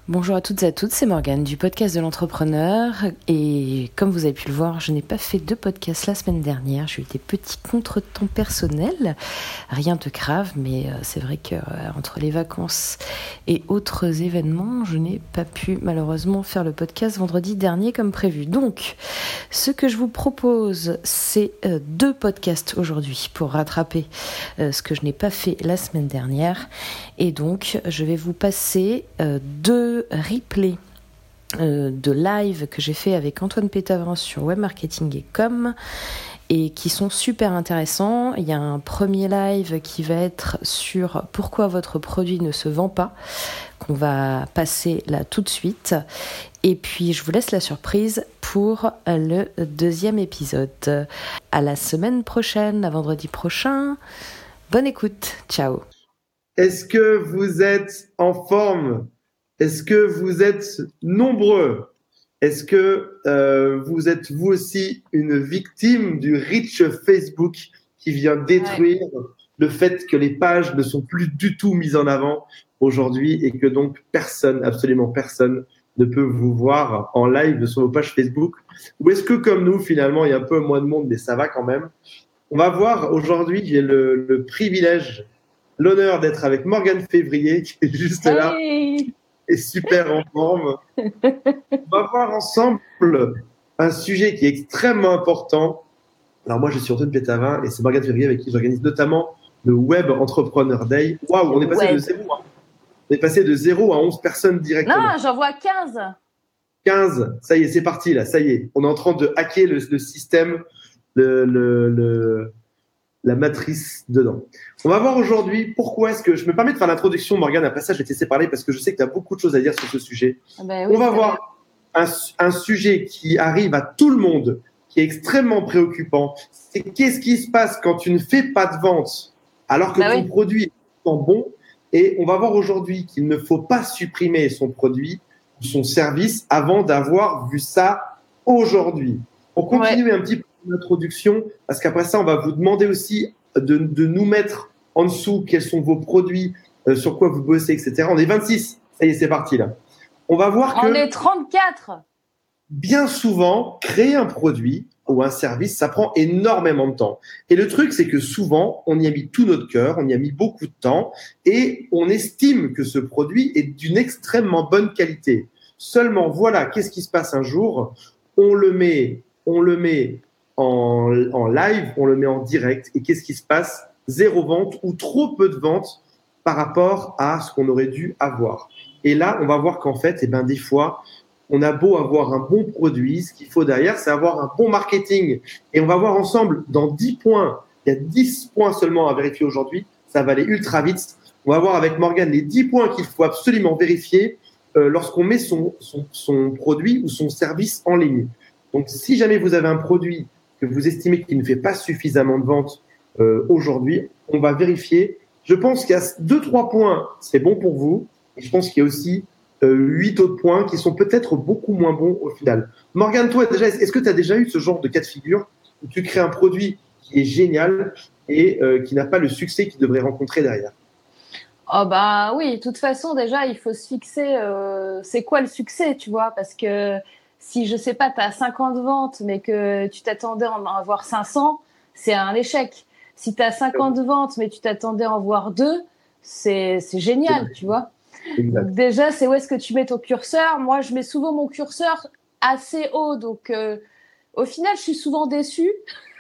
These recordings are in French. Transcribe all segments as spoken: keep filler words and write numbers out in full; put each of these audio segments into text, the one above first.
Bonjour à toutes et à toutes, c'est Morgane du podcast de l'entrepreneur et comme vous avez pu le voir, je n'ai pas fait de podcast la semaine dernière, j'ai eu des petits contretemps personnels, rien de grave, mais c'est vrai qu'entre les vacances et autres événements, je n'ai pas pu malheureusement faire le podcast vendredi dernier comme prévu. Donc, ce que je vous propose, c'est deux podcasts aujourd'hui pour rattraper ce que je n'ai pas fait la semaine dernière et donc je vais vous passer deux replay euh, de live que j'ai fait avec Antoine Pétavin sur Web Marketing et Com et qui sont super intéressants. Il y a un premier live qui va être sur pourquoi votre produit ne se vend pas, qu'on va passer là tout de suite. Et puis je vous laisse la surprise pour le deuxième épisode. À la semaine prochaine, à vendredi prochain. Bonne écoute, ciao. Est-ce que vous êtes en forme ? Est-ce que vous êtes nombreux ? Est-ce que euh, vous êtes vous aussi une victime du reach Facebook qui vient détruire ouais. le fait que les pages ne sont plus du tout mises en avant aujourd'hui et que donc personne, absolument personne, ne peut vous voir en live sur vos pages Facebook ? Ou est-ce que comme nous, finalement, il y a un peu moins de monde, mais ça va quand même ? On va voir aujourd'hui, j'ai le, le privilège, l'honneur d'être avec Morgane Février qui est juste hey là. Et super en forme. On va voir ensemble un sujet qui est extrêmement important. Alors moi, je suis Antoine Pétavin et c'est Morgane Février avec qui j'organise notamment le Web Entrepreneur Day. Waouh, on est passé Web. de zéro. Hein. On est passé de zéro à onze personnes directement. Non, j'en vois quinze. quinze. Ça y est, c'est parti là. Ça y est. On est en train de hacker le, le système, le, le, le, la matrice dedans. On va voir aujourd'hui pourquoi est-ce que je me permets de faire l'introduction, Morgane. Après ça, je vais te laisser parler parce que je sais que tu as beaucoup de choses à dire sur ce sujet. Ben oui, on va voir un, un sujet qui arrive à tout le monde, qui est extrêmement préoccupant. C'est qu'est-ce qui se passe quand tu ne fais pas de vente alors que ben ton oui. produit est bon. Et on va voir aujourd'hui qu'il ne faut pas supprimer son produit ou son service avant d'avoir vu ça aujourd'hui. On continue ouais. un petit peu l'introduction parce qu'après ça, on va vous demander aussi de, de nous mettre en dessous quels sont vos produits, euh, sur quoi vous bossez, et cetera. On est vingt-six. Ça y est, c'est parti là. On va voir on que… On est trente-quatre. Bien souvent, créer un produit ou un service, ça prend énormément de temps. Et le truc, c'est que souvent, on y a mis tout notre cœur, on y a mis beaucoup de temps et on estime que ce produit est d'une extrêmement bonne qualité. Seulement, voilà, qu'est-ce qui se passe un jour ? On le met, on le met en, en live, on le met en direct et qu'est-ce qui se passe ? Zéro vente ou trop peu de ventes par rapport à ce qu'on aurait dû avoir. Et là, on va voir qu'en fait, eh ben, des fois, on a beau avoir un bon produit, ce qu'il faut derrière, c'est avoir un bon marketing. Et on va voir ensemble, dans dix points, il y a dix points seulement à vérifier aujourd'hui, ça va aller ultra vite. On va voir avec Morgane les dix points qu'il faut absolument vérifier euh, lorsqu'on met son, son, son produit ou son service en ligne. Donc, si jamais vous avez un produit que vous estimez qu'il ne fait pas suffisamment de ventes euh, aujourd'hui, on va vérifier. Je pense qu'il y a deux, trois points, c'est bon pour vous. Et je pense qu'il y a aussi euh, huit autres points qui sont peut-être beaucoup moins bons au final. Morgane, toi, déjà, est-ce que tu as déjà eu ce genre de cas de figure où tu crées un produit qui est génial et euh, qui n'a pas le succès qu'il devrait rencontrer derrière ? Oh bah oui, de toute façon, déjà, il faut se fixer euh, c'est quoi le succès, tu vois, parce que si, je sais pas, tu as cinquante ventes, mais que tu t'attendais à en avoir cinq cents, c'est un échec. Si tu as cinquante ventes, mais tu t'attendais à en voir deux, c'est, c'est génial, tu vois. Exact. Donc déjà, c'est où est-ce que tu mets ton curseur. Moi, je mets souvent mon curseur assez haut, donc euh, au final, je suis souvent déçue.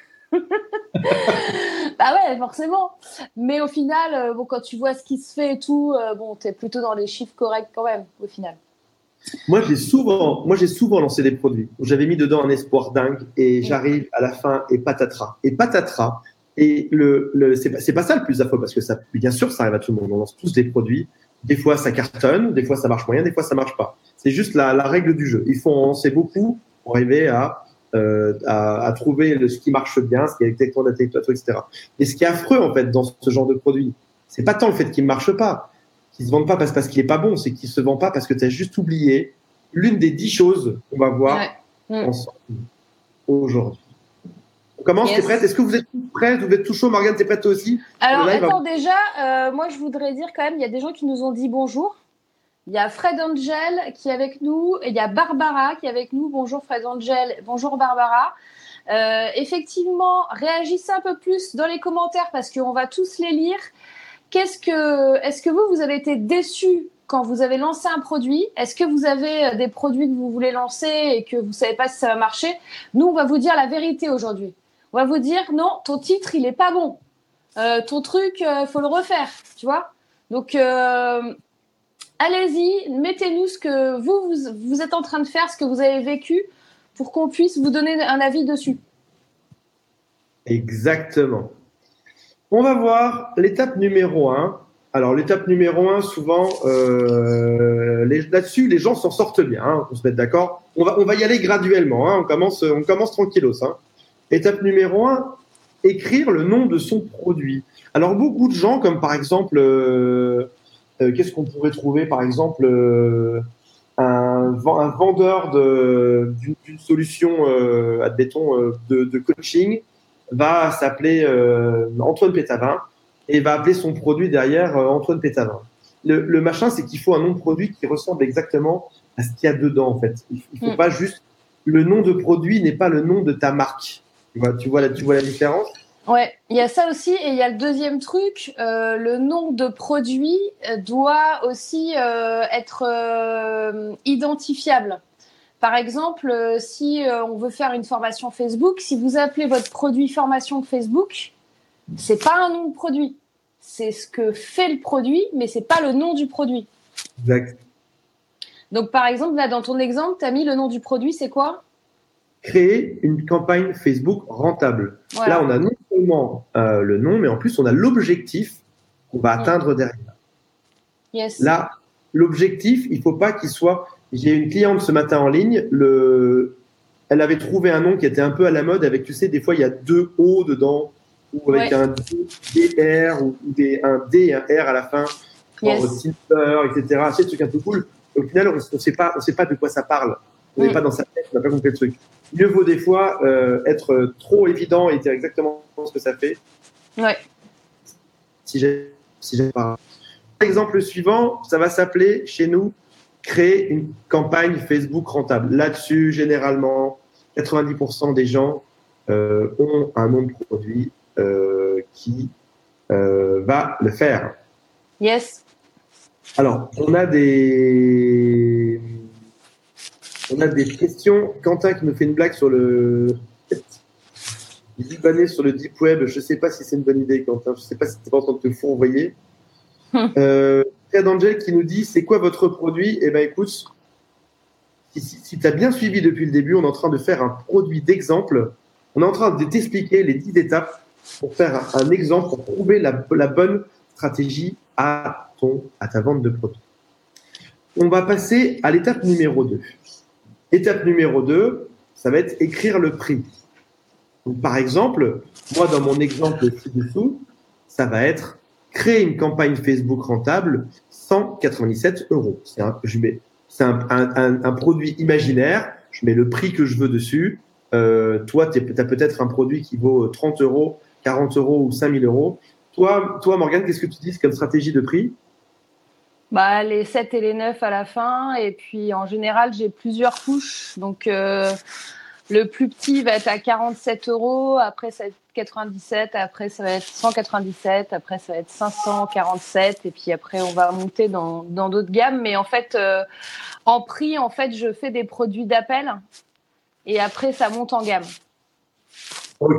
Bah ouais, forcément. Mais au final, euh, bon, quand tu vois ce qui se fait et tout, euh, bon, t'es plutôt dans les chiffres corrects quand même, au final. Moi, j'ai souvent, moi, j'ai souvent lancé des produits où j'avais mis dedans un espoir dingue et j'arrive à la fin et patatras. Et patatras. Et le, le, c'est pas, c'est pas ça le plus affreux parce que ça, bien sûr, ça arrive à tout le monde. On lance tous des produits. Des fois, ça cartonne. Des fois, ça marche moyen. Des fois, ça marche pas. C'est juste la, la règle du jeu. Il faut en lancer beaucoup pour arriver à, euh, à, à trouver le, ce qui marche bien, ce qui est exactement adapté à toi, et cetera. Et ce qui est affreux, en fait, dans ce genre de produit, c'est pas tant le fait qu'il ne marche pas, qu'il se vende pas parce, parce qu'il est pas bon, c'est qu'il se vend pas parce que tu as juste oublié l'une des dix choses qu'on va voir ouais. ensemble aujourd'hui. On commence, yes. T'es prête ? Est-ce que vous êtes tous prêts ? Vous êtes tous chaud ? Morgane, t'es prête toi aussi ? Alors, attends, va... déjà, euh, moi, je voudrais dire quand même, il y a des gens qui nous ont dit bonjour. Il y a Fred Angel qui est avec nous et il y a Barbara qui est avec nous. Bonjour Fred Angel, bonjour Barbara. Euh, effectivement, réagissez un peu plus dans les commentaires parce qu'on va tous les lire. Qu'est-ce que, est-ce que vous, vous avez été déçus quand vous avez lancé un produit? Est-ce que vous avez des produits que vous voulez lancer et que vous savez pas si ça va marcher? Nous, on va vous dire la vérité aujourd'hui. On va vous dire non, ton titre, il est pas bon. Euh, ton truc, euh, faut le refaire, tu vois. Donc, euh, allez-y, mettez-nous ce que vous, vous, vous êtes en train de faire, ce que vous avez vécu, pour qu'on puisse vous donner un avis dessus. Exactement. On va voir l'étape numéro un. Alors, l'étape numéro un, souvent, euh, les, là-dessus, les gens s'en sortent bien, hein, on se met d'accord. On va, on va y aller graduellement, hein, on commence, on commence tranquillos. Hein. Étape numéro un, écrire le nom de son produit. Alors, beaucoup de gens, comme par exemple, euh, euh, qu'est-ce qu'on pourrait trouver, par exemple, euh, un, un vendeur de, d'une, d'une solution, euh, admettons, euh, de, de coaching, va s'appeler euh, Antoine Pétavin et va appeler son produit derrière euh, Antoine Pétavin. Le, le machin, c'est qu'il faut un nom de produit qui ressemble exactement à ce qu'il y a dedans, en fait. Il ne faut mm. pas juste… Le nom de produit n'est pas le nom de ta marque. Tu vois, tu vois, la, tu vois la différence? Ouais, il y a ça aussi. Et il y a le deuxième truc, euh, le nom de produit doit aussi euh, être euh, identifiable. Par exemple, euh, si euh, on veut faire une formation Facebook, si vous appelez votre produit formation Facebook, c'est pas un nom de produit. C'est ce que fait le produit, mais c'est pas le nom du produit. Exact. Donc, par exemple, là, dans ton exemple, tu as mis le nom du produit, c'est quoi? Créer une campagne Facebook rentable. Voilà. Là, on a non seulement euh, le nom, mais en plus, on a l'objectif qu'on va atteindre derrière. Yes. Là, l'objectif, il faut pas qu'il soit… J'ai une cliente ce matin en ligne, le… elle avait trouvé un nom qui était un peu à la mode avec, tu sais, des fois, il y a deux O dedans, ou avec ouais. un D R, ou des, un D et un R à la fin, yes. genre Silver, et cetera. C'est des trucs un peu cool. Au final, on ne sait pas, on sait pas de quoi ça parle. On n'est mm. pas dans sa tête, on n'a pas compris le truc. Mieux vaut des fois euh, être trop évident et dire exactement ce que ça fait. Ouais. Si j'ai, si j'ai pas. L'exemple suivant, ça va s'appeler chez nous créer une campagne Facebook rentable. Là-dessus, généralement, quatre-vingt-dix pour cent des gens euh, ont un nom de produit euh, qui euh, va le faire. Yes. Alors, on a des on a des questions. Quentin qui nous fait une blague sur le libanais sur le deep web. Je ne sais pas si c'est une bonne idée, Quentin. Je ne sais pas si tu es en train de te fourvoyer. euh, Fred Angel qui nous dit c'est quoi votre produit? Eh ben écoute, si, si, si tu as bien suivi depuis le début, on est en train de faire un produit d'exemple. On est en train de t'expliquer les dix étapes pour faire un, un exemple, pour trouver la, la bonne stratégie à, ton, à ta vente de produit. On va passer à l'étape numéro deux. Étape numéro deux, ça va être écrire le prix. Donc, par exemple, moi, dans mon exemple ci-dessous, ça va être créer une campagne Facebook rentable, cent quatre-vingt-dix-sept euros. C'est un, je mets, c'est un, un, un, un produit imaginaire. Je mets le prix que je veux dessus. Euh, toi, tu as peut-être un produit qui vaut trente euros, quarante euros ou cinq mille euros. Toi, toi, Morgane, qu'est-ce que tu dis comme stratégie de prix? Bah, les sept et les neuf à la fin. Et puis, en général, j'ai plusieurs couches. Donc, euh, le plus petit va être à quarante-sept euros. Après, ça va être quatre-vingt-dix-sept. Après, ça va être cent quatre-vingt-dix-sept. Après, ça va être cinq cent quarante-sept. Et puis après, on va monter dans, dans d'autres gammes. Mais en fait, euh, en prix, en fait, je fais des produits d'appel. Et après, ça monte en gamme. Okay.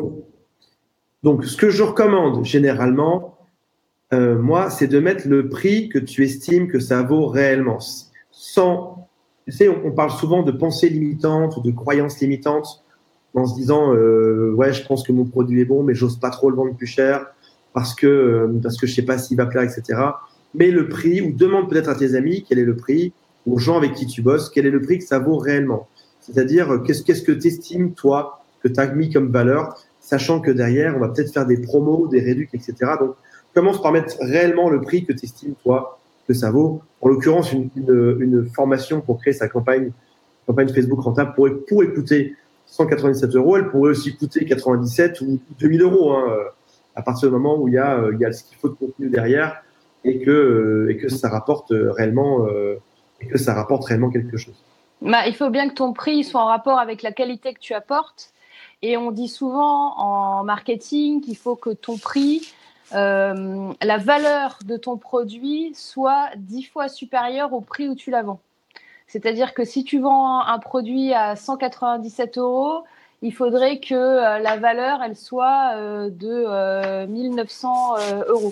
Donc, ce que je recommande généralement, euh, moi, c'est de mettre le prix que tu estimes que ça vaut réellement. Sans, tu sais, on, on parle souvent de pensées limitantes ou de croyances limitantes en se disant, euh, ouais, je pense que mon produit est bon, mais j'ose pas trop le vendre plus cher parce que, euh, parce que je sais pas s'il va plaire, et cetera. Mais le prix, ou demande peut-être à tes amis quel est le prix, aux gens avec qui tu bosses, quel est le prix que ça vaut réellement. C'est-à-dire, qu'est-ce, qu'est-ce que tu estimes, toi, que tu as mis comme valeur, sachant que derrière, on va peut-être faire des promos, des réducs, et cetera. Donc, commence par mettre réellement le prix que tu estimes, toi, que ça vaut. En l'occurrence, une, une, une formation pour créer sa campagne, campagne Facebook rentable pourrait, pourrait coûter cent quatre-vingt-dix-sept euros. Elle pourrait aussi coûter quatre-vingt-dix-sept ou deux mille euros, hein, à partir du moment où il y a, il y a ce qu'il faut de contenu derrière et que, et que ça rapporte réellement, euh, et que ça rapporte réellement quelque chose. Bah, il faut bien que ton prix soit en rapport avec la qualité que tu apportes. Et on dit souvent en marketing qu'il faut que ton prix, euh, la valeur de ton produit soit dix fois supérieure au prix où tu la vends. C'est-à-dire que si tu vends un produit à cent quatre-vingt-dix-sept euros, il faudrait que euh, la valeur, elle soit euh, de euh, mille neuf cents euh, euros.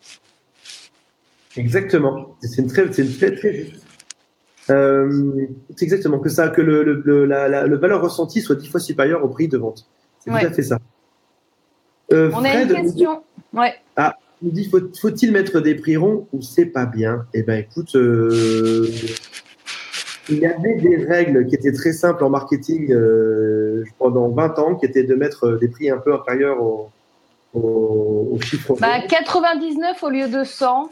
Exactement. C'est une très, c'est une très, très juste. Euh, c'est exactement que ça, que le, le, le, la, la, le valeur ressentie soit dix fois supérieure au prix de vente. C'est ouais. tout à fait ça. Euh, On Fred, a une question. Dit, ouais. Ah, il nous dit faut, faut-il mettre des prix ronds ou c'est pas bien? Eh ben, écoute, euh, il y avait des règles qui étaient très simples en marketing euh, pendant vingt ans, qui étaient de mettre des prix un peu inférieurs au, au, au chiffre. Bah, quatre-vingt-dix-neuf au lieu de cent.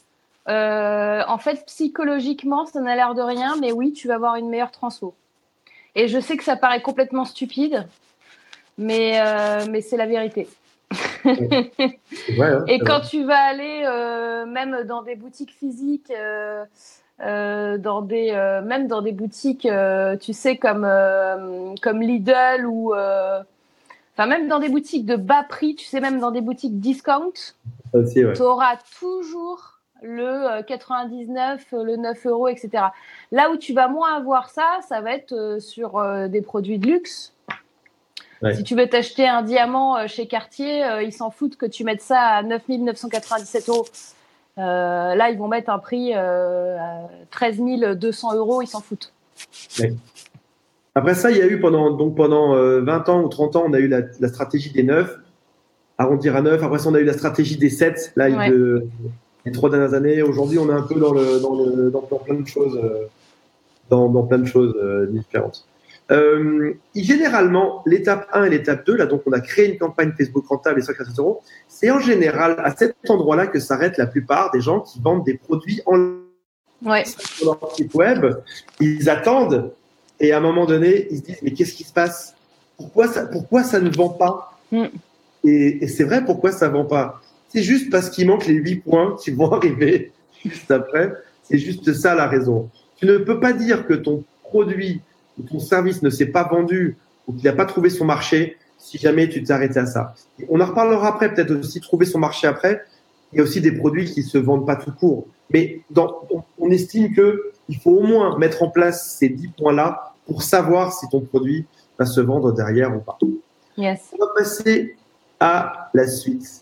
Euh, en fait, psychologiquement, ça n'a l'air de rien, mais oui, tu vas avoir une meilleure transfo. Et je sais que ça paraît complètement stupide, mais, euh, mais c'est la vérité. Ouais. Ouais, hein, et quand vrai. tu vas aller euh, même dans des boutiques physiques, euh, euh, dans des, euh, même dans des boutiques, euh, tu sais, comme, euh, comme Lidl ou... Euh, enfin, même dans des boutiques de bas prix, tu sais, même dans des boutiques discount, ouais. tu auras toujours le quatre-vingt-dix-neuf, le neuf euros, et cetera. Là où tu vas moins avoir ça, ça va être sur euh, des produits de luxe. Ouais. Si tu veux t'acheter un diamant chez Cartier, euh, ils s'en foutent que tu mettes ça à neuf mille neuf cent quatre-vingt-dix-sept euros. Euh, là, ils vont mettre un prix euh, à treize mille deux cents euros, ils s'en foutent. Ouais. Après ça, il y a eu pendant, donc pendant euh, vingt ans ou trente ans, on a eu la, la stratégie des neuf, arrondir à neuf. Après ça, on a eu la stratégie des sept, là, ouais. de, les trois dernières années. Aujourd'hui, on est un peu dans, le, dans, le, dans, dans plein de choses, euh, dans, dans plein de choses euh, différentes. Euh, généralement, l'étape un et l'étape deux, là, donc on a créé une campagne Facebook rentable et cent quatre-vingt-dix euros. C'est en général à cet endroit-là que s'arrêtent la plupart des gens qui vendent des produits en ligne ouais. sur leur site web. Ils attendent et à un moment donné, ils se disent mais qu'est-ce qui se passe? Pourquoi ça, pourquoi ça ne vend pas? mm. Et, et c'est vrai, pourquoi ça ne vend pas? C'est juste parce qu'il manque les huit points qui vont arriver juste après. C'est juste ça la raison. Tu ne peux pas dire que ton produit ou ton service ne s'est pas vendu ou qu'il n'a pas trouvé son marché si jamais tu t'es arrêté à ça. On en reparlera après, peut-être aussi trouver son marché après. Il y a aussi des produits qui ne se vendent pas tout court. Mais dans, on, on estime qu'il faut au moins mettre en place ces dix points-là pour savoir si ton produit va se vendre derrière ou pas. Yes. On va passer à la suite.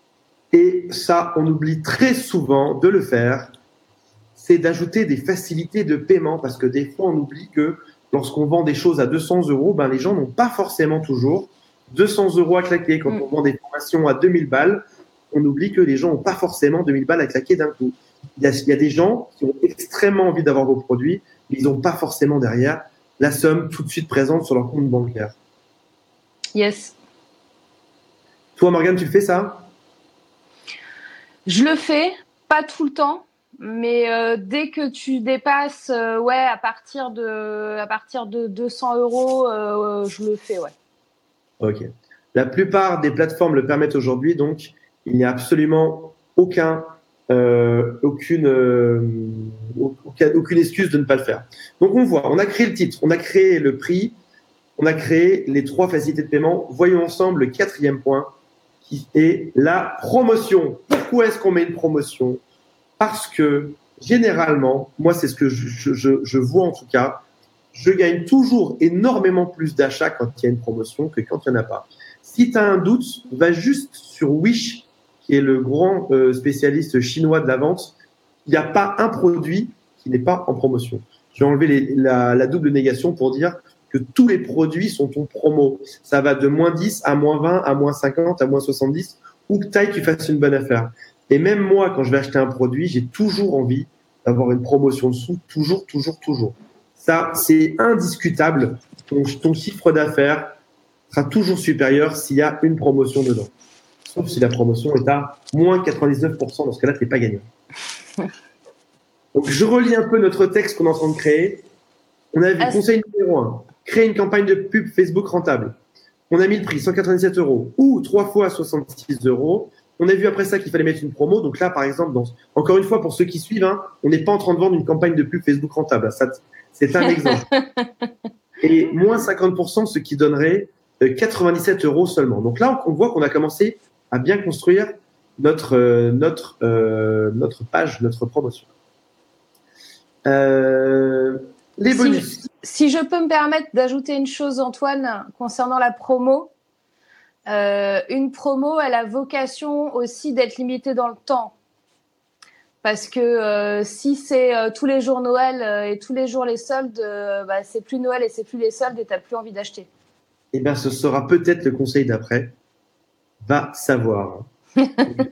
Et ça, on oublie très souvent de le faire. C'est d'ajouter des facilités de paiement parce que des fois, on oublie que lorsqu'on vend des choses à deux cents euros, ben, les gens n'ont pas forcément toujours deux cents euros à claquer. Quand mm. on vend des formations à deux mille balles, on oublie que les gens n'ont pas forcément deux mille balles à claquer d'un coup. Il y, a, il y a des gens qui ont extrêmement envie d'avoir vos produits, mais ils n'ont pas forcément derrière la somme tout de suite présente sur leur compte bancaire. Yes. Toi, Morgane, tu fais ça? Je le fais, pas tout le temps. Mais euh, dès que tu dépasses, euh, ouais, à partir de, à partir de deux cents euros, euh, je le fais, ouais. Ok. La plupart des plateformes le permettent aujourd'hui, donc il n'y a absolument aucun, euh, aucune, euh, aucune, aucune excuse de ne pas le faire. Donc on voit, on a créé le titre, on a créé le prix, on a créé les trois facilités de paiement. Voyons ensemble le quatrième point, qui est la promotion. Pourquoi est-ce qu'on met une promotion? Parce que généralement, moi c'est ce que je, je, je vois en tout cas, je gagne toujours énormément plus d'achats quand il y a une promotion que quand il n'y en a pas. Si tu as un doute, va juste sur Wish, qui est le grand euh, spécialiste chinois de la vente. Il n'y a pas un produit qui n'est pas en promotion. Je vais enlever les, la, la double négation pour dire que tous les produits sont en promo. Ça va de moins dix à moins vingt, à moins cinquante, à moins soixante-dix, où que taille tu fasses une bonne affaire. Et même moi, quand je vais acheter un produit, j'ai toujours envie d'avoir une promotion dessous, toujours, toujours, toujours. Ça, c'est indiscutable. Ton, ton chiffre d'affaires sera toujours supérieur s'il y a une promotion dedans. Sauf si la promotion est à moins quatre-vingt-dix-neuf pour cent. Dans ce cas-là, tu n'es pas gagnant. Donc, je relis un peu notre texte qu'on est en train de créer. On a vu ah, conseil numéro un, créer une campagne de pub Facebook rentable. On a mis le prix cent quatre-vingt-dix-sept euros ou trois fois soixante-six euros. On a vu après ça qu'il fallait mettre une promo. Donc là, par exemple, dans, encore une fois, pour ceux qui suivent, hein, on n'est pas en train de vendre une campagne de pub Facebook rentable. Ça, c'est un exemple. Et moins cinquante pour cent, ce qui donnerait quatre-vingt-dix-sept euros seulement. Donc là, on voit qu'on a commencé à bien construire notre, euh, notre, euh, notre page, notre promotion. Euh, les bonus. Si je, si je peux me permettre d'ajouter une chose, Antoine, concernant la promo. Euh, une promo, elle a vocation aussi d'être limitée dans le temps. Parce que euh, si c'est euh, tous les jours Noël euh, et tous les jours les soldes, euh, bah, c'est plus Noël et c'est plus les soldes et tu n'as plus envie d'acheter. Eh bien, ce sera peut-être le conseil d'après. Va savoir. T'es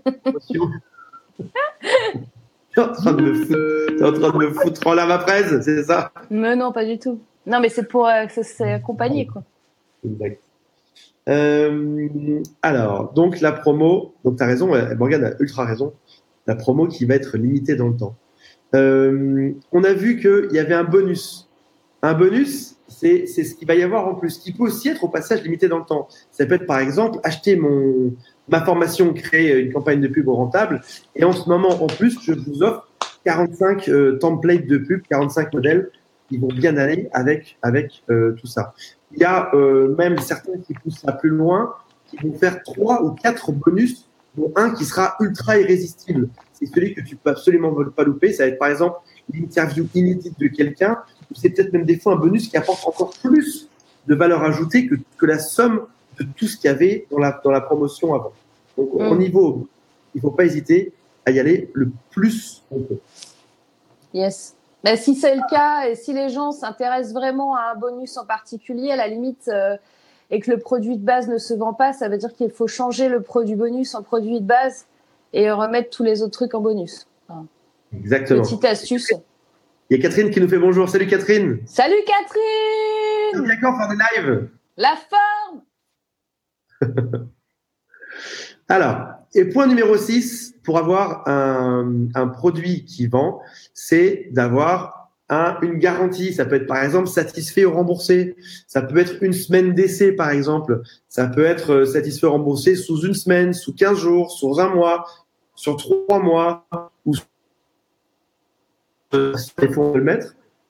en train de me foutre, t'es en train de me foutre en lave à fraise, c'est ça? Mais non, pas du tout. Non, mais c'est pour euh, que c'est accompagné, quoi. Exact. Euh, alors, donc la promo, donc tu as raison, Morgane a ultra raison, la promo qui va être limitée dans le temps. Euh, on a vu qu'il y avait un bonus. Un bonus, c'est, c'est ce qu'il va y avoir en plus, qui peut aussi être au passage limité dans le temps. Ça peut être par exemple acheter mon, ma formation, créer une campagne de pub rentable, et en ce moment, en plus, je vous offre quarante-cinq euh, templates de pub, quarante-cinq modèles qui vont bien aller avec, avec euh, tout ça. Il y a euh, même certains qui poussent ça plus loin, qui vont faire trois ou quatre bonus, dont un qui sera ultra irrésistible. C'est celui que tu peux absolument pas louper. Ça va être par exemple l'interview inédite de quelqu'un, ou c'est peut-être même des fois un bonus qui apporte encore plus de valeur ajoutée que, que la somme de tout ce qu'il y avait dans la, dans la promotion avant. Donc, mmh. au niveau, il ne faut pas hésiter à y aller le plus on peut. Yes. Ben, si c'est le cas et si les gens s'intéressent vraiment à un bonus en particulier, à la limite, euh, et que le produit de base ne se vend pas, ça veut dire qu'il faut changer le produit bonus en produit de base et remettre tous les autres trucs en bonus. Enfin, exactement. Petite astuce. Il y a Catherine qui nous fait bonjour. Salut Catherine. Salut Catherine. D'accord, faire des lives. La forme. Alors, et point numéro six, pour avoir un, un produit qui vend, c'est d'avoir un, une garantie. Ça peut être par exemple satisfait ou remboursé. Ça peut être une semaine d'essai par exemple. Ça peut être satisfait ou remboursé sous une semaine, sous quinze jours, sous un mois, sur trois mois, ou il faut le mettre.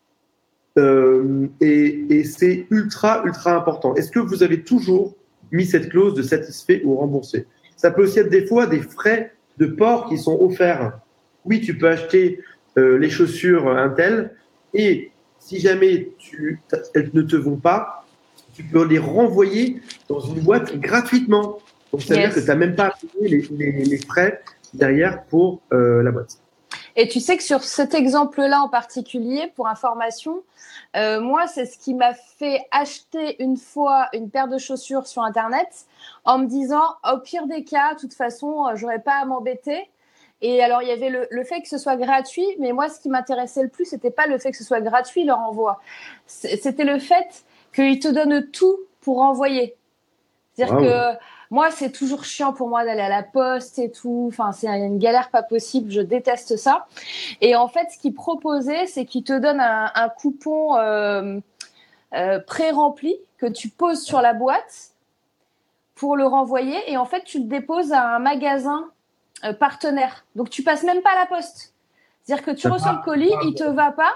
Euh, et, et c'est ultra, ultra important. Est-ce que vous avez toujours mis cette clause de satisfait ou remboursé? Ça peut aussi être des fois des frais de port qui sont offerts. Oui, tu peux acheter euh, les chaussures Intel et si jamais tu, elles ne te vont pas, tu peux les renvoyer dans une boîte gratuitement. Donc, ça veut yes. dire que tu n'as même pas à payer les, les, les frais derrière pour euh, la boîte. Et tu sais que sur cet exemple-là en particulier, pour information, euh, moi, c'est ce qui m'a fait acheter une fois une paire de chaussures sur Internet en me disant, au pire des cas, de toute façon, euh, j'aurais pas à m'embêter. Et alors, il y avait le, le fait que ce soit gratuit, mais moi, ce qui m'intéressait le plus, c'était pas le fait que ce soit gratuit, leur envoi. C'était le fait qu'ils te donnent tout pour envoyer. C'est-à-dire wow. que moi, c'est toujours chiant pour moi d'aller à la poste et tout. Enfin, c'est une galère pas possible. Je déteste ça. Et en fait, ce qu'ils proposaient, c'est qu'ils te donnent un, un coupon euh, euh, pré-rempli que tu poses sur la boîte pour le renvoyer. Et en fait, tu le déposes à un magasin euh, partenaire. Donc, tu passes même pas à la poste. C'est-à-dire que tu reçois le colis, il te va pas.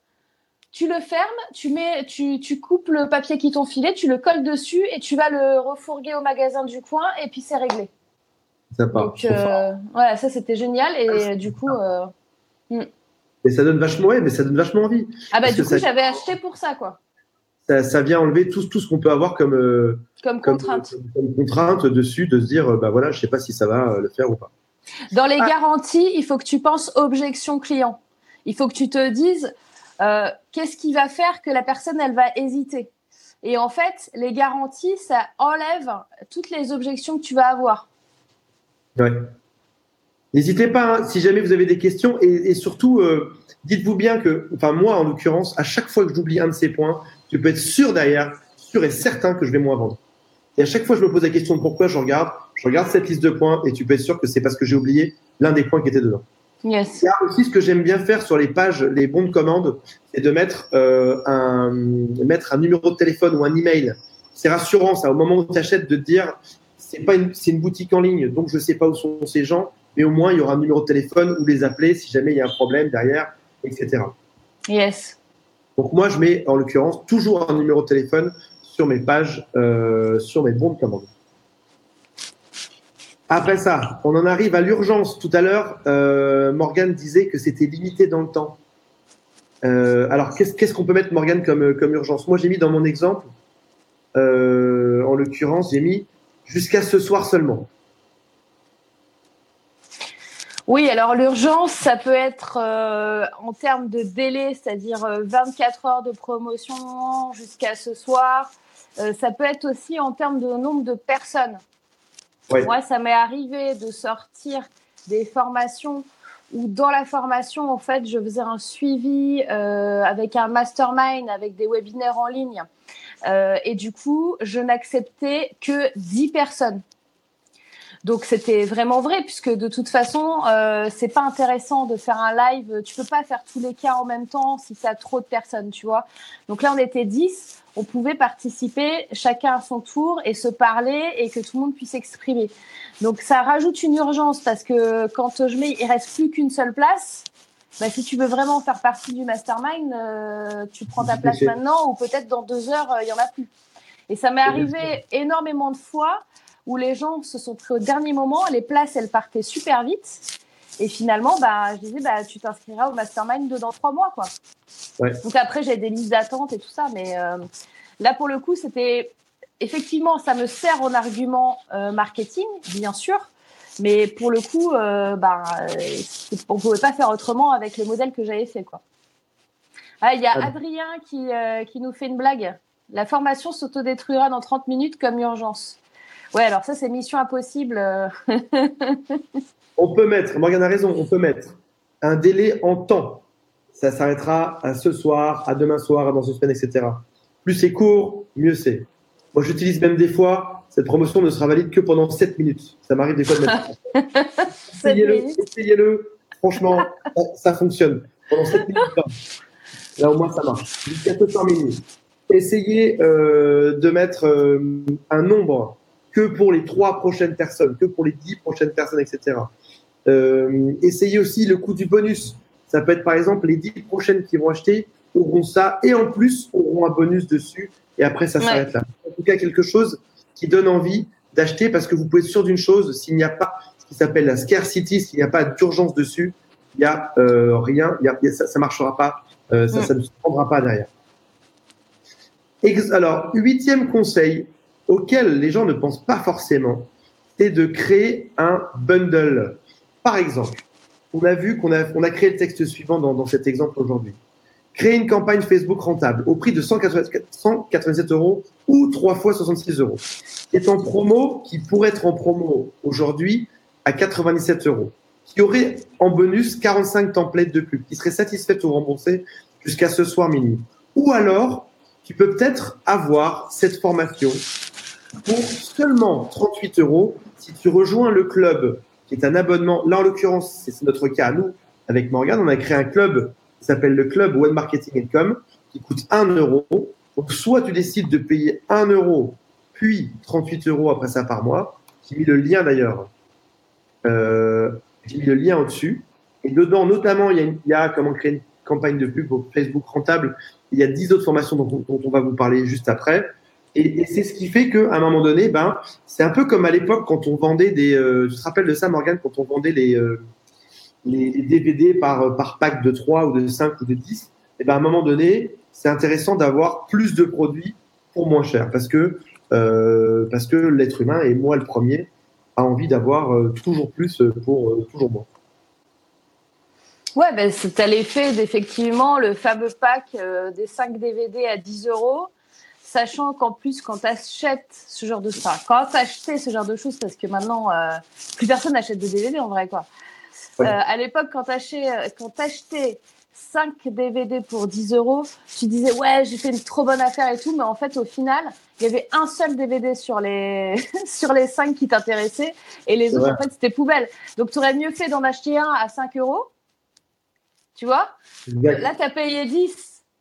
Tu le fermes, tu mets, tu, tu coupes le papier qui t'ont filé, tu le colles dessus et tu vas le refourguer au magasin du coin et puis c'est réglé. Ça part. Donc euh, voilà, ça c'était génial et ah, du coup. Euh, hmm. Et ça donne vachement, ouais, mais ça donne vachement envie. Ah bah Parce du coup ça, j'avais acheté pour ça quoi. Ça, ça vient enlever tout, tout ce qu'on peut avoir comme euh, comme contrainte. Comme, comme, comme contrainte dessus, de se dire bah voilà, je sais pas si ça va le faire ou pas. Dans les ah. garanties, il faut que tu penses objection client. Il faut que tu te dises. Euh, qu'est-ce qui va faire que la personne, elle va hésiter? Et en fait, les garanties, ça enlève toutes les objections que tu vas avoir. Ouais. N'hésitez pas, hein, si jamais vous avez des questions, et, et surtout, euh, dites-vous bien que, enfin moi en l'occurrence, à chaque fois que j'oublie un de ces points, tu peux être sûr derrière, sûr et certain que je vais moins vendre. Et à chaque fois que je me pose la question de pourquoi, je regarde, je regarde cette liste de points, et tu peux être sûr que c'est parce que j'ai oublié l'un des points qui était dedans. Yes. Il y a aussi ce que j'aime bien faire sur les pages, les bons de commande, c'est de mettre, euh, un, mettre un numéro de téléphone ou un email. C'est rassurant, ça, au moment où tu achètes, de te dire c'est pas une, c'est une boutique en ligne, donc je sais pas où sont ces gens, mais au moins il y aura un numéro de téléphone où les appeler si jamais il y a un problème derrière, et cetera. Yes. Donc moi, je mets en l'occurrence toujours un numéro de téléphone sur mes pages, euh, sur mes bons de commande. Après ça, on en arrive à l'urgence. Tout à l'heure, euh, Morgane disait que c'était limité dans le temps. Euh, alors, qu'est-ce, qu'est-ce qu'on peut mettre, Morgane, comme, comme urgence? Moi, j'ai mis dans mon exemple, euh, en l'occurrence, j'ai mis jusqu'à ce soir seulement. Oui, alors l'urgence, ça peut être euh, en termes de délai, c'est-à-dire euh, vingt-quatre heures de promotion jusqu'à ce soir. Euh, ça peut être aussi en termes de nombre de personnes. Ouais. Moi, ça m'est arrivé de sortir des formations où dans la formation, en fait, je faisais un suivi euh, avec un mastermind, avec des webinaires en ligne. Euh, et du coup, je n'acceptais que dix personnes. Donc, c'était vraiment vrai, puisque de toute façon, euh, c'est pas intéressant de faire un live. Tu peux pas faire tous les cas en même temps si tu as trop de personnes, tu vois. Donc là, on était dix. On pouvait participer chacun à son tour et se parler et que tout le monde puisse s'exprimer. Donc, ça rajoute une urgence parce que quand je mets, il reste plus qu'une seule place. Bah, si tu veux vraiment faire partie du mastermind, euh, tu prends ta place maintenant ou peut-être dans deux heures, il euh, y en a plus. Et ça m'est arrivé énormément de fois où les gens se sont pris au dernier moment, les places, elles partaient super vite. Et finalement, bah, je disais, bah, tu t'inscriras au mastermind de dans trois mois, quoi. Ouais. Donc après, j'ai des listes d'attente et tout ça. Mais euh, là, pour le coup, c'était… Effectivement, ça me sert en argument euh, marketing, bien sûr. Mais pour le coup, euh, bah, on ne pouvait pas faire autrement avec le modèle que j'avais fait, quoi. Ah, il y a ah. Adrien qui, euh, qui nous fait une blague. La formation s'autodétruira dans trente minutes comme urgence. Ouais, alors ça, c'est mission impossible. On peut mettre, Morgane a raison, on peut mettre un délai en temps. Ça s'arrêtera à ce soir, à demain soir, à dans une semaine, et cetera. Plus c'est court, mieux c'est. Moi, j'utilise même des fois, cette promotion ne sera valide que pendant sept minutes. Ça m'arrive des fois de mettre. essayez-le, essayez-le. Franchement, ça, ça fonctionne. Pendant sept minutes, là, au moins, ça marche. Jusqu'à ce soir minuit. Essayez euh, de mettre euh, un nombre que pour les trois prochaines personnes, que pour les dix prochaines personnes, et cetera. Euh, essayez aussi le coût du bonus. Ça peut être par exemple les dix prochaines qui vont acheter auront ça et en plus auront un bonus dessus et après ça ouais. s'arrête là. En tout cas, quelque chose qui donne envie d'acheter parce que vous pouvez être sûr d'une chose, s'il n'y a pas ce qui s'appelle la scarcity, s'il n'y a pas d'urgence dessus, il n'y a euh, rien, il y a, ça ne marchera pas, euh, ça, mm. ça ne se prendra pas derrière. Alors, huitième conseil auquel les gens ne pensent pas forcément, c'est de créer un bundle. Par exemple, on a vu qu'on a, on a créé le texte suivant dans, dans cet exemple aujourd'hui. Créer une campagne Facebook rentable au prix de cent quatre-vingt-dix-sept euros ou trois fois soixante-six euros. C'est en promo qui pourrait être en promo aujourd'hui à quatre-vingt-dix-sept euros. Qui aurait en bonus quarante-cinq templates de pub qui seraient satisfaites ou remboursées jusqu'à ce soir minuit. Ou alors, tu peux peut-être avoir cette formation pour seulement trente-huit euros si tu rejoins le club, qui est un abonnement. Là, en l'occurrence, c'est notre cas à nous, avec Morgane. On a créé un club qui s'appelle le club Web Marketing and Com, qui coûte un euro. Donc, soit tu décides de payer un euro, puis trente-huit euros après ça par mois. J'ai mis le lien d'ailleurs. Euh, j'ai mis le lien au-dessus. Et dedans, notamment, il y a, une, il y a comment créer une campagne de pub pour Facebook rentable. Il y a dix autres formations dont, dont on va vous parler juste après. Et, et c'est ce qui fait qu'à un moment donné, ben, c'est un peu comme à l'époque quand on vendait des… Euh, tu te rappelles de ça, Morgane, quand on vendait les, euh, les, les D V D par, par pack de trois ou de cinq ou de dix. Et ben, à un moment donné, c'est intéressant d'avoir plus de produits pour moins cher. Parce que, euh, parce que l'être humain, et moi le premier, a envie d'avoir euh, toujours plus pour euh, toujours moins. Ouais, ben, tu as l'effet d'effectivement le fameux pack euh, des cinq D V D à dix euros. Sachant qu'en plus, quand tu achètes ce genre de enfin, quand tu achetais ce genre de choses, parce que maintenant, euh, plus personne n'achète de D V D en vrai, quoi. Ouais. Euh, à l'époque, quand tu achetais cinq D V D pour dix euros, tu disais, ouais, j'ai fait une trop bonne affaire et tout, mais en fait, au final, il y avait un seul D V D sur les, sur les cinq qui t'intéressaient et les autres, ouais. en fait, c'était poubelle. Donc, tu aurais mieux fait d'en acheter un à cinq euros, tu vois. Exact. Là, tu as payé dix.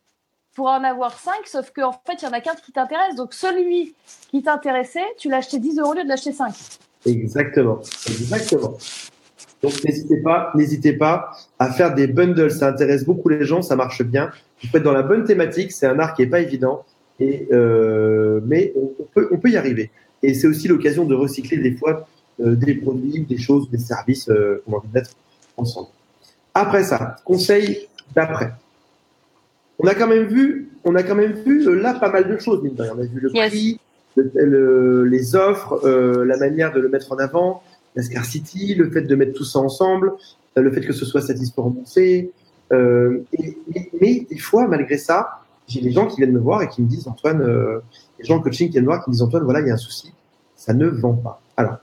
pour en avoir cinq, sauf qu'en fait, il y en a qu'un qui t'intéresse. Donc, celui qui t'intéressait, tu l'as acheté dix euros au lieu de l'acheter cinq. Exactement. Exactement. Donc, n'hésitez pas, n'hésitez pas à faire des bundles. Ça intéresse beaucoup les gens, ça marche bien. Vous faites dans la bonne thématique. C'est un art qui est pas évident, et euh, mais on, on peut, on peut y arriver. Et c'est aussi l'occasion de recycler des fois euh, des produits, des choses, des services euh, qu'on a envie de mettre ensemble. Après ça, conseil d'après. On a quand même vu, on a quand même vu euh, là pas mal de choses. On a vu le prix, yes. le, le, les offres, euh, la manière de le mettre en avant, la scarcity, le fait de mettre tout ça ensemble, euh, le fait que ce soit satisfaisant remboursé. Euh, et, mais, mais des fois, malgré ça, j'ai des gens qui viennent me voir et qui me disent Antoine, euh, les gens en coaching qui viennent me voir qui me disent Antoine, voilà, il y a un souci, ça ne vend pas. Alors,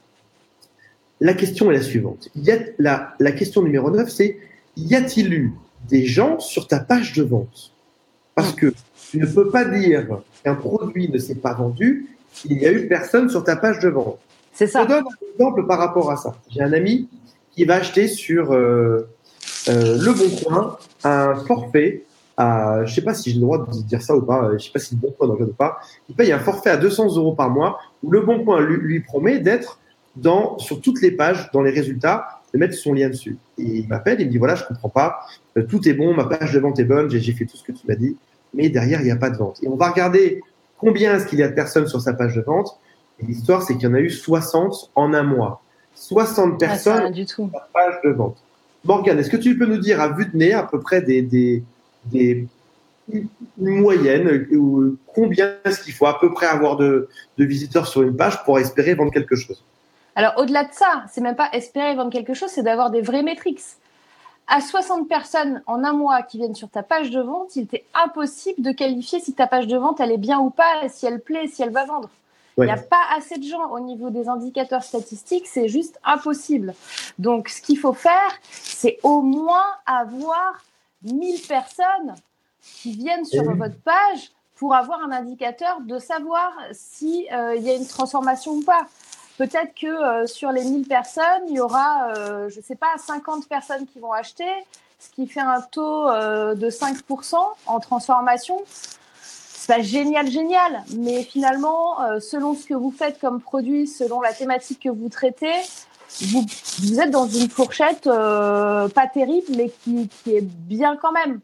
la question est la suivante. Il y a la, la question numéro neuf, c'est y a-t-il eu des gens sur ta page de vente? Parce que tu ne peux pas dire qu'un produit ne s'est pas vendu s'il n'y a eu personne sur ta page de vente. C'est ça. Je te donne un exemple par rapport à ça. J'ai un ami qui va acheter sur euh, euh, Le Bon Coin un forfait à, je sais pas si j'ai le droit de dire ça ou pas, je sais pas si Le Bon Coin n'engage ou pas. Il paye un forfait à deux cents euros par mois où Le Bon Coin lui, lui promet d'être dans, sur toutes les pages, dans les résultats, de mettre son lien dessus. Et il m'appelle, il me dit voilà, je comprends pas, euh, tout est bon, ma page de vente est bonne, j'ai, j'ai fait tout ce que tu m'as dit, mais derrière, il n'y a pas de vente. Et on va regarder combien est-ce qu'il y a de personnes sur sa page de vente. Et l'histoire, c'est qu'il y en a eu soixante en un mois. soixante personnes ah, du tout. sur sa page de vente. Morgane, est-ce que tu peux nous dire à vue de nez à peu près des, des, des une moyenne, ou combien est-ce qu'il faut à peu près avoir de, de visiteurs sur une page pour espérer vendre quelque chose? Alors, au-delà de ça, c'est même pas espérer vendre quelque chose, c'est d'avoir des vraies métriques. À soixante personnes en un mois qui viennent sur ta page de vente, il t'est impossible de qualifier si ta page de vente, elle est bien ou pas, si elle plaît, si elle va vendre. Il ouais. n'y a pas assez de gens au niveau des indicateurs statistiques, c'est juste impossible. Donc, ce qu'il faut faire, c'est au moins avoir mille personnes qui viennent sur mmh. votre page pour avoir un indicateur de savoir si euh, il y a une transformation ou pas. Peut-être que euh, sur les mille personnes, il y aura, euh, je ne sais pas, cinquante personnes qui vont acheter, ce qui fait un taux euh, de cinq pour cent en transformation. C'est pas génial, génial, mais finalement, euh, selon ce que vous faites comme produit, selon la thématique que vous traitez, vous, vous êtes dans une fourchette euh, pas terrible, mais qui, qui est bien quand même.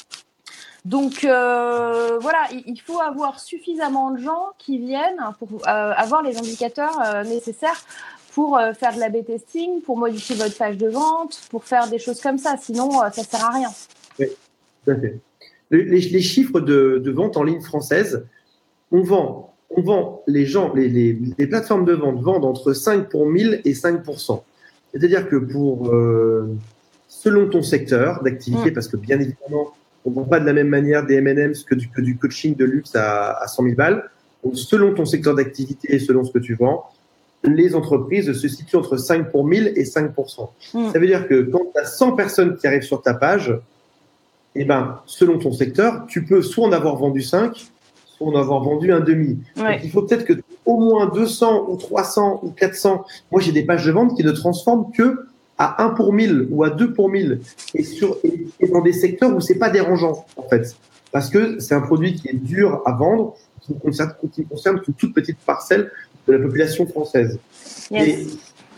Donc euh, voilà, il faut avoir suffisamment de gens qui viennent pour euh, avoir les indicateurs euh, nécessaires pour euh, faire de l'A B testing, pour modifier votre page de vente, pour faire des choses comme ça. Sinon, euh, ça ne sert à rien. Oui, tout à fait. Les, les, les chiffres de, de vente en ligne française, on vend, on vend les gens, les, les, les plateformes de vente vendent entre cinq pour mille et cinq pour cent. C'est-à-dire que pour euh, selon ton secteur d'activité, mmh. parce que bien évidemment, on ne vend pas de la même manière des M and M's que du, que du coaching de luxe à, à cent mille balles. Donc, selon ton secteur d'activité et selon ce que tu vends, les entreprises se situent entre cinq pour mille et cinq pour cent. Mmh. Ça veut dire que quand tu as cent personnes qui arrivent sur ta page, eh ben, selon ton secteur, tu peux soit en avoir vendu cinq, soit en avoir vendu un demi. Ouais. Donc, il faut peut-être que au moins deux cents ou trois cents ou quatre cents. Moi, j'ai des pages de vente qui ne transforment que à un pour mille ou à deux pour mille et, sur, et, et dans des secteurs où c'est pas dérangeant, en fait. Parce que c'est un produit qui est dur à vendre, qui concerne, qui concerne une toute petite parcelle de la population française. Yes. Et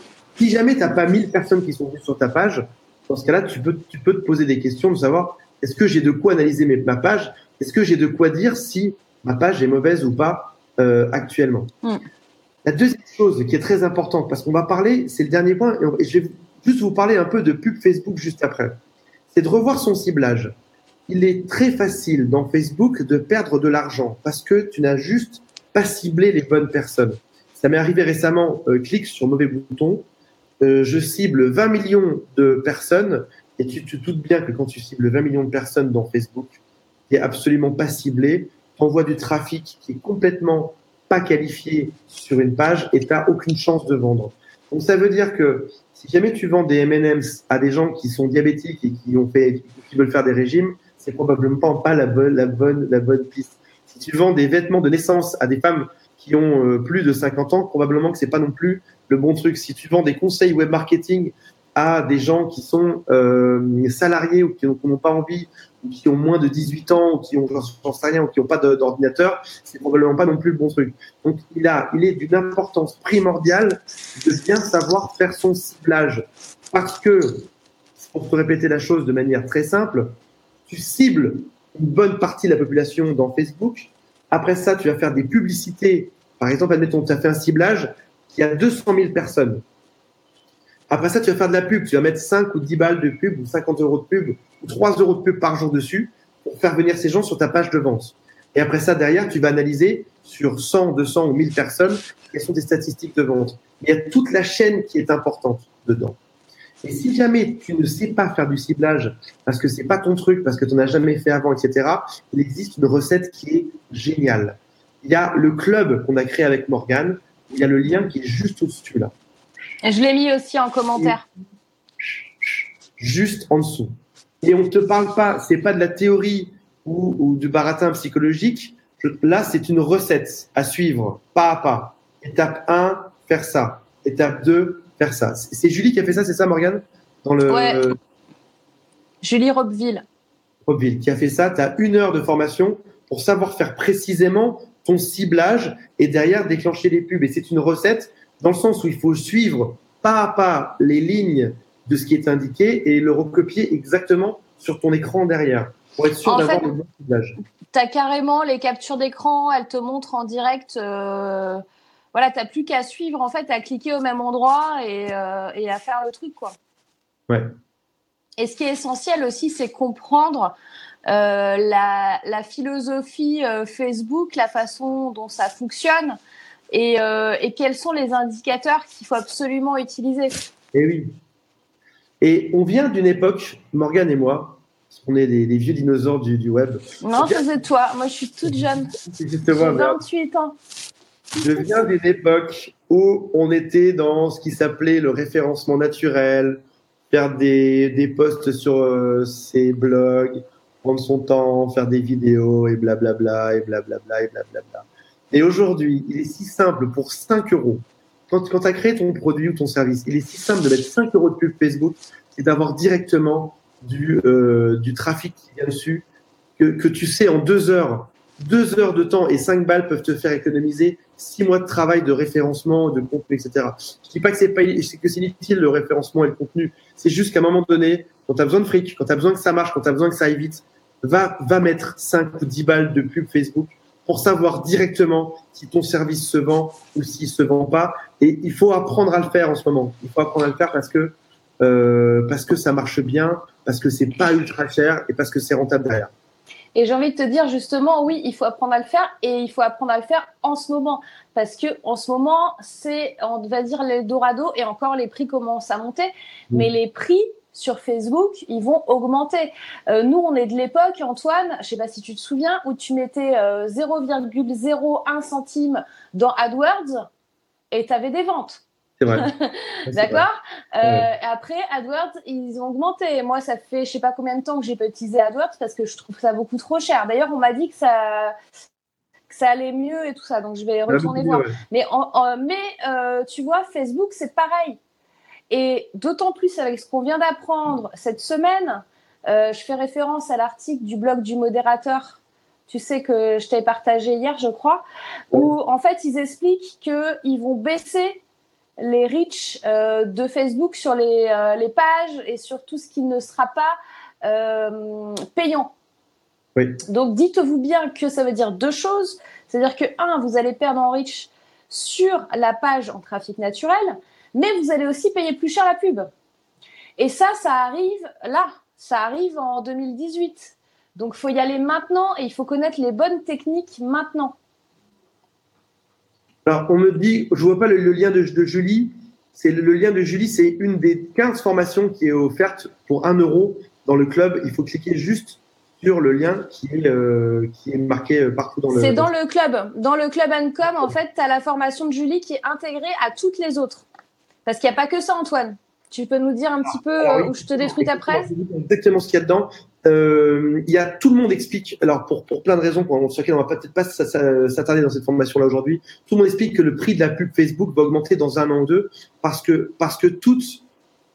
si jamais tu n'as pas mille personnes qui sont venues sur ta page, dans ce cas-là, tu peux, tu peux te poser des questions de savoir est-ce que j'ai de quoi analyser mes, ma page? Est-ce que j'ai de quoi dire si ma page est mauvaise ou pas euh, actuellement? Mm. La deuxième chose qui est très importante, parce qu'on va parler, c'est le dernier point, et, on, et je vais juste vous parler un peu de pub Facebook juste après, c'est de revoir son ciblage. Il est très facile dans Facebook de perdre de l'argent parce que tu n'as juste pas ciblé les bonnes personnes. Ça m'est arrivé récemment, euh, clique sur mauvais bouton, euh, je cible vingt millions de personnes et tu te doutes bien que quand tu cibles vingt millions de personnes dans Facebook, qui est absolument pas ciblé, tu envoies du trafic qui est complètement pas qualifié sur une page et tu n'as aucune chance de vendre. Donc ça veut dire que si jamais tu vends des M and M's à des gens qui sont diabétiques et qui ont fait, qui veulent faire des régimes, c'est probablement pas la bonne, la bonne, la bonne piste. Si tu vends des vêtements de naissance à des femmes qui ont euh, plus de cinquante ans, probablement que c'est pas non plus le bon truc. Si tu vends des conseils web marketing à des gens qui sont euh, salariés ou qui n'ont pas envie, ou qui ont moins de dix-huit ans, ou qui ont, j'en sais rien, ou qui n'ont pas de, d'ordinateur, c'est probablement pas non plus le bon truc. Donc, il a, il est d'une importance primordiale de bien savoir faire son ciblage. Parce que, pour te répéter la chose de manière très simple, tu cibles une bonne partie de la population dans Facebook. Après ça, tu vas faire des publicités. Par exemple, admettons, tu as fait un ciblage qui a deux cent mille personnes. Après ça, tu vas faire de la pub. Tu vas mettre cinq ou dix balles de pub ou cinquante euros de pub ou trois euros de pub par jour dessus pour faire venir ces gens sur ta page de vente. Et après ça, derrière, tu vas analyser sur cent, deux cents ou mille personnes quelles sont tes statistiques de vente. Il y a toute la chaîne qui est importante dedans. Et si jamais tu ne sais pas faire du ciblage parce que c'est pas ton truc, parce que tu n'en as jamais fait avant, et cetera, il existe une recette qui est géniale. Il y a le club qu'on a créé avec Morgane. Il y a le lien qui est juste au-dessus là. Et je l'ai mis aussi en commentaire. Juste en dessous. Et on ne te parle pas, c'est pas de la théorie ou, ou du baratin psychologique. Je, là, c'est une recette à suivre, pas à pas. Étape un, faire ça. Étape deux, faire ça. C'est, c'est Julie qui a fait ça, c'est ça, Morgane? Dans le, ouais. Euh, Julie Robeville. Robeville, qui a fait ça. Tu as une heure de formation pour savoir faire précisément ton ciblage et derrière déclencher les pubs. Et c'est une recette dans le sens où il faut suivre pas à pas les lignes de ce qui est indiqué et le recopier exactement sur ton écran derrière pour être sûr en d'avoir fait, le bon ciblage. Tu as carrément les captures d'écran, elles te montrent en direct. Euh, voilà, tu n'as plus qu'à suivre, en fait, à cliquer au même endroit et, euh, et à faire le truc, quoi. Ouais. Et ce qui est essentiel aussi, c'est comprendre euh, la, la philosophie euh, Facebook, la façon dont ça fonctionne. Et, euh, et quels sont les indicateurs qu'il faut absolument utiliser. Et oui. Et on vient d'une époque, Morgane et moi, on est des, des vieux dinosaures du, du web. Non, vient... c'est toi. Moi, je suis toute jeune. Je te vois, j'ai vingt-huit ans. Je viens d'une époque où on était dans ce qui s'appelait le référencement naturel, faire des, des posts sur euh, ses blogs, prendre son temps, faire des vidéos et blablabla, et blablabla, et blablabla. Et aujourd'hui, il est si simple pour cinq euros. Quand, quand tu as créé ton produit ou ton service, il est si simple de mettre cinq euros de pub Facebook et d'avoir directement du, euh, du trafic qui vient dessus que, que tu sais en deux heures, deux heures de temps et cinq balles peuvent te faire économiser six mois de travail de référencement, de contenu, et cetera. Je dis pas que c'est pas, que c'est inutile le référencement et le contenu. C'est juste qu'à un moment donné, quand tu as besoin de fric, quand tu as besoin que ça marche, quand tu as besoin que ça aille vite, va, va mettre cinq ou dix balles de pub Facebook pour savoir directement si ton service se vend ou s'il se vend pas. Et il faut apprendre à le faire en ce moment. Il faut apprendre à le faire parce que euh, parce que ça marche bien, parce que c'est pas ultra cher et parce que c'est rentable derrière. Et j'ai envie de te dire justement, oui, il faut apprendre à le faire et il faut apprendre à le faire en ce moment parce que en ce moment, c'est, on va dire, l'Eldorado et encore les prix commencent à monter, mmh. mais les prix sur Facebook, ils vont augmenter. Euh, nous, on est de l'époque, Antoine, je sais pas si tu te souviens, où tu mettais euh, zéro virgule zéro un centime dans AdWords et tu avais des ventes. C'est vrai. D'accord. C'est vrai. Euh, après, AdWords, ils ont augmenté. Moi, ça fait je sais pas combien de temps que j'ai pas utilisé AdWords parce que je trouve ça beaucoup trop cher. D'ailleurs, on m'a dit que ça, que ça allait mieux et tout ça, donc je vais retourner voir. Mieux, ouais. Mais, en, en, mais euh, tu vois, Facebook, c'est pareil. Et d'autant plus avec ce qu'on vient d'apprendre cette semaine, euh, je fais référence à l'article du blog du modérateur, tu sais, que je t'avais partagé hier, je crois, ouais. où en fait, ils expliquent qu'ils vont baisser les reach euh, de Facebook sur les, euh, les pages et sur tout ce qui ne sera pas euh, payant. Oui. Donc, dites-vous bien que ça veut dire deux choses. C'est-à-dire que, un, vous allez perdre en reach sur la page en trafic naturel, mais vous allez aussi payer plus cher la pub. Et ça, ça arrive là, ça arrive en deux mille dix-huit. Donc, il faut y aller maintenant et il faut connaître les bonnes techniques maintenant. Alors, on me dit, je vois pas le, le lien de, de Julie. C'est le, le lien de Julie, c'est une des quinze formations qui est offerte pour un euro dans le club. Il faut cliquer juste sur le lien qui est, euh, qui est marqué partout dans le. C'est dans le club. Dans le club Ancom, en fait, tu as la formation de Julie qui est intégrée à toutes les autres. Parce qu'il n'y a pas que ça, Antoine. Tu peux nous dire un petit peu ah, oui, où je te détruis ta presse ? Exactement ce qu'il y a dedans. Euh, il y a tout le monde explique, alors pour, pour plein de raisons, sur lesquelles on va peut-être pas s'attarder dans cette formation-là aujourd'hui, tout le monde explique que le prix de la pub Facebook va augmenter dans un an ou deux parce que, parce que toutes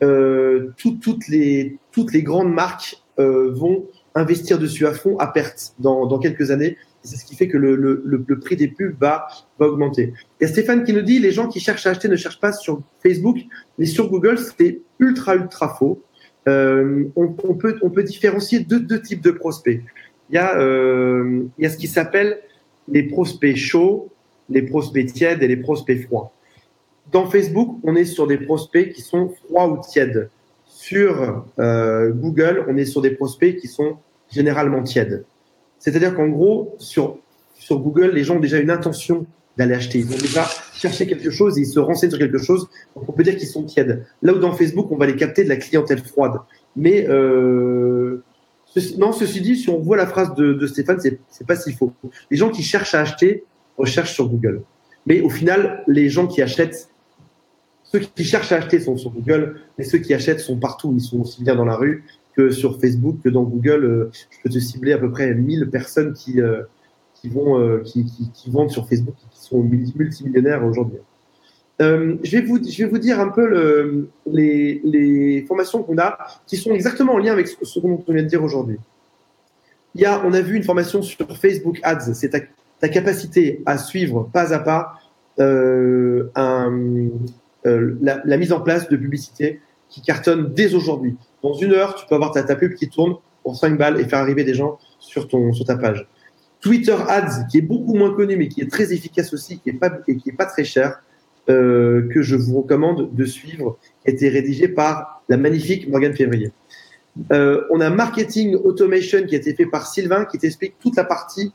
euh, tout, toutes, les, toutes les grandes marques euh, vont investir dessus à fond, à perte, dans, dans quelques années. Et c'est ce qui fait que le, le, le, le prix des pubs va, va augmenter. Il y a Stéphane qui nous dit, les gens qui cherchent à acheter ne cherchent pas sur Facebook, mais sur Google, c'est ultra, ultra faux. Euh, on, on, peut, on peut différencier deux, deux types de prospects. Il y a, euh, il y a ce qui s'appelle les prospects chauds, les prospects tièdes et les prospects froids. Dans Facebook, on est sur des prospects qui sont froids ou tièdes. Sur euh, Google, on est sur des prospects qui sont généralement tièdes. C'est-à-dire qu'en gros, sur, sur Google, les gens ont déjà une intention d'aller acheter. Ils ont déjà cherché quelque chose et ils se renseignent sur quelque chose. Donc, on peut dire qu'ils sont tièdes. Là où dans Facebook, on va les capter de la clientèle froide. Mais euh, ceci, non, ceci dit, si on voit la phrase de, de Stéphane, c'est, c'est pas si faux. Les gens qui cherchent à acheter recherchent sur Google. Mais au final, les gens qui achètent, ceux qui cherchent à acheter sont sur Google, mais ceux qui achètent sont partout. Ils sont aussi bien dans la rue que sur Facebook, que dans Google. Euh, je peux te cibler à peu près mille personnes qui, euh, qui, vont, euh, qui, qui, qui vendent sur Facebook et qui sont multimillionnaires aujourd'hui. Euh, je, vais vous, je vais vous dire un peu le, les, les formations qu'on a qui sont exactement en lien avec ce dont on vient de dire aujourd'hui. Il y a, on a vu une formation sur Facebook Ads. C'est ta, ta capacité à suivre pas à pas euh, un, euh, la, la mise en place de publicité qui cartonne dès aujourd'hui. Dans une heure, tu peux avoir ta, ta pub qui tourne pour cinq balles et faire arriver des gens sur, ton, sur ta page. Twitter Ads, qui est beaucoup moins connu, mais qui est très efficace aussi, qui est pas, et qui est pas très cher, euh, que je vous recommande de suivre, a été rédigé par la magnifique Morgane Février. Euh, on a Marketing Automation qui a été fait par Sylvain, qui t'explique toute la partie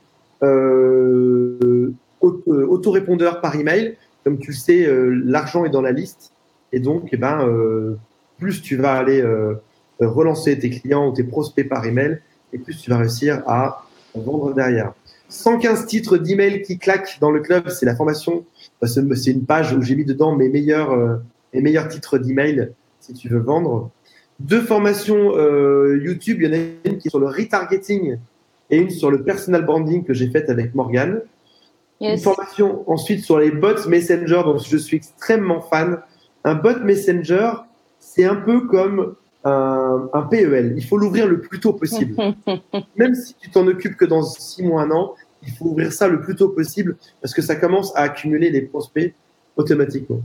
euh, autorépondeur par email. Comme tu le sais, euh, l'argent est dans la liste. Et donc, eh ben, euh, plus tu vas aller euh, relancer tes clients ou tes prospects par email, et plus tu vas réussir à vendre derrière. cent quinze titres d'email qui claquent dans le club, c'est la formation. C'est une page où j'ai mis dedans mes meilleurs, euh, mes meilleurs titres d'email si tu veux vendre. Deux formations euh, YouTube, il y en a une qui est sur le retargeting et une sur le personal branding que j'ai faite avec Morgane. Yes. Une formation ensuite sur les bots Messenger dont je suis extrêmement fan. Un bot Messenger, c'est un peu comme un, un P E L. Il faut l'ouvrir le plus tôt possible. Même si tu t'en occupes que dans six mois, un an, il faut ouvrir ça le plus tôt possible parce que ça commence à accumuler les prospects automatiquement.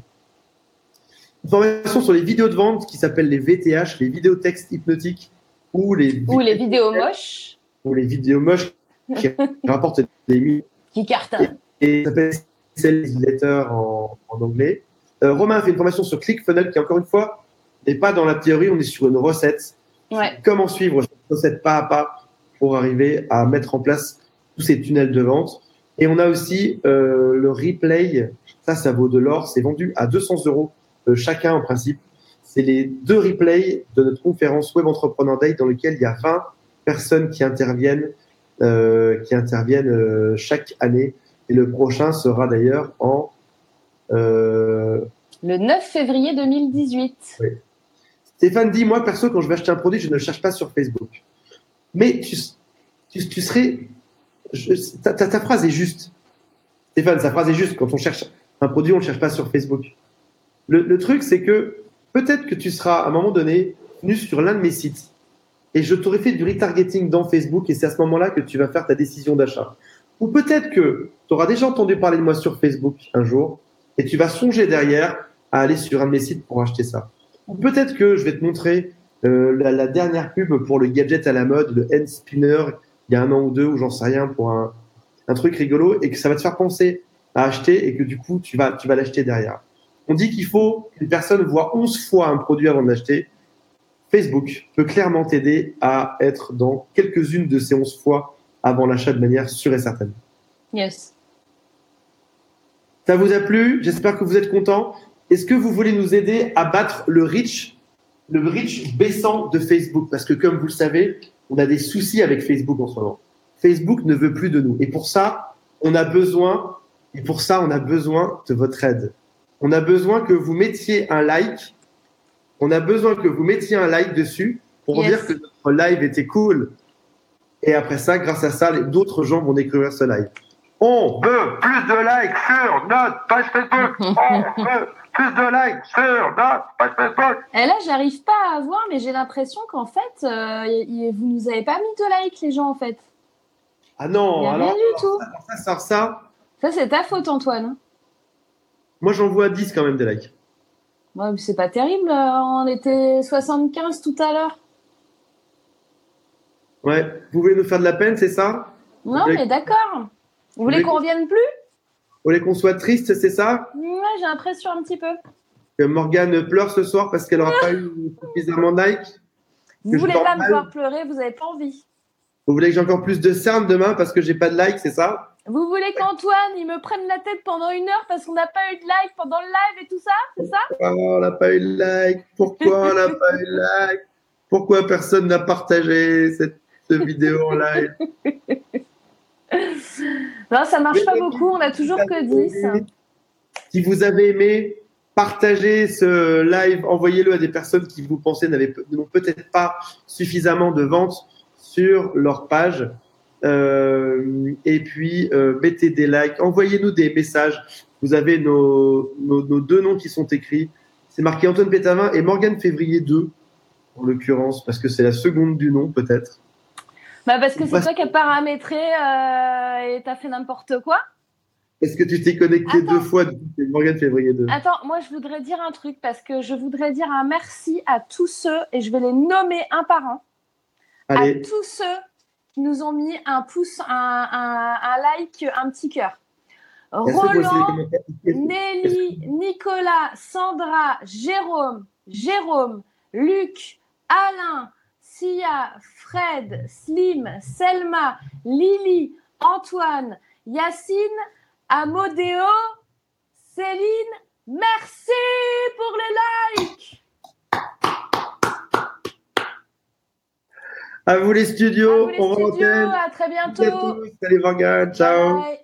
Une formation sur les vidéos de vente qui s'appelle les V T H, les vidéos textes hypnutiques ou les, ou les vidéos moches. Ou les vidéos moches qui rapportent des millions. Qui cartonnent. Et, et ça s'appelle Sales Letter en, en anglais. Euh, Romain a fait une formation sur ClickFunnels qui, encore une fois, n'est pas dans la théorie, on est sur une recette. Ouais. Comment suivre cette recette pas à pas pour arriver à mettre en place tous ces tunnels de vente. Et on a aussi euh, le replay. Ça, ça vaut de l'or. C'est vendu à deux cents euros euh, chacun en principe. C'est les deux replays de notre conférence Web Entrepreneur Day dans lequel il y a vingt personnes qui interviennent, euh, qui interviennent euh, chaque année. Et le prochain sera d'ailleurs en euh... le neuf février deux mille dix-huit. Oui. Stéphane dit, moi perso, quand je vais acheter un produit, je ne le cherche pas sur Facebook. Mais tu, tu, tu serais, je, ta, ta, ta phrase est juste. Stéphane, sa phrase est juste. Quand on cherche un produit, on ne le cherche pas sur Facebook. Le, le truc, c'est que peut-être que tu seras à un moment donné venu sur l'un de mes sites et je t'aurais fait du retargeting dans Facebook et c'est à ce moment-là que tu vas faire ta décision d'achat. Ou peut-être que tu auras déjà entendu parler de moi sur Facebook un jour et tu vas songer derrière à aller sur un de mes sites pour acheter ça. Ou peut-être que je vais te montrer euh, la, la dernière pub pour le gadget à la mode, le hand spinner, il y a un an ou deux, ou j'en sais rien, pour un, un truc rigolo et que ça va te faire penser à acheter et que du coup, tu vas, tu vas l'acheter derrière. On dit qu'il faut qu'une personne voit onze fois un produit avant de l'acheter. Facebook peut clairement t'aider à être dans quelques-unes de ces onze fois avant l'achat de manière sûre et certaine. Yes. Ça vous a plu? J'espère que vous êtes contents. Est-ce que vous voulez nous aider à battre le reach, le reach baissant de Facebook? Parce que comme vous le savez, on a des soucis avec Facebook en ce moment. Facebook ne veut plus de nous. Et pour ça, on a besoin, et pour ça, on a besoin de votre aide. On a besoin que vous mettiez un like. On a besoin que vous mettiez un like dessus pour yes. dire que notre live était cool. Et après ça, grâce à ça, d'autres gens vont découvrir ce live. On veut plus de likes sur notre page Facebook. On veut plus de likes sur notre page Facebook. Et là, j'arrive pas à voir, mais j'ai l'impression qu'en fait, euh, y, y, vous nous avez pas mis de likes, les gens, en fait. Ah non, y a alors, rien du tout. Alors ça, ça, ça. Ça, c'est ta faute, Antoine. Moi, j'en vois dix quand même des likes. Ouais, mais c'est pas terrible. On était soixante-quinze tout à l'heure. Ouais. Vous voulez nous faire de la peine, c'est ça? Non, mais d'accord. Vous voulez qu'on revienne plus? Vous voulez qu'on soit triste, c'est ça? Ouais, j'ai l'impression un petit peu. Que Morgane pleure ce soir parce qu'elle n'aura pas eu suffisamment de likes? Vous voulez pas me voir pleurer, vous n'avez pas envie. Vous voulez que j'ai encore plus de cernes demain parce que j'ai pas de likes, c'est ça? Vous voulez qu'Antoine, il me prenne la tête pendant une heure parce qu'on n'a pas eu de like pendant le live et tout ça, c'est ça? Oh, on n'a pas eu de like. Pourquoi on n'a pas eu de like? Pourquoi personne n'a partagé cette, cette vidéo en live? Non, ça marche pas beaucoup, on a toujours que dix. Si vous avez aimé, partagez ce live, envoyez-le à des personnes qui vous pensez n'ont peut-être pas suffisamment de ventes sur leur page. Euh, et puis, euh, mettez des likes, envoyez-nous des messages. Vous avez nos, nos, nos deux noms qui sont écrits. C'est marqué Antoine Pétavin et Morgane Février deux, en l'occurrence, parce que c'est la seconde du nom, peut-être. Bah parce que c'est toi qui as paramétré euh, et t'as fait n'importe quoi. Est-ce que tu t'es connecté Attends. deux fois depuis Morgane Février deux? Attends, moi je voudrais dire un truc parce que je voudrais dire un merci à tous ceux, et je vais les nommer un par un, Allez. à tous ceux qui nous ont mis un pouce, un, un, un like, un petit cœur. Roland, Nelly, Nicolas, Sandra, Jérôme, Jérôme, Luc, Alain, Sia, Fred, Slim, Selma, Lily, Antoine, Yacine, Amodéo, Céline, merci pour les likes. À vous les studios, à vous les studios, à très bientôt. Salut Morgane, ciao. Bye.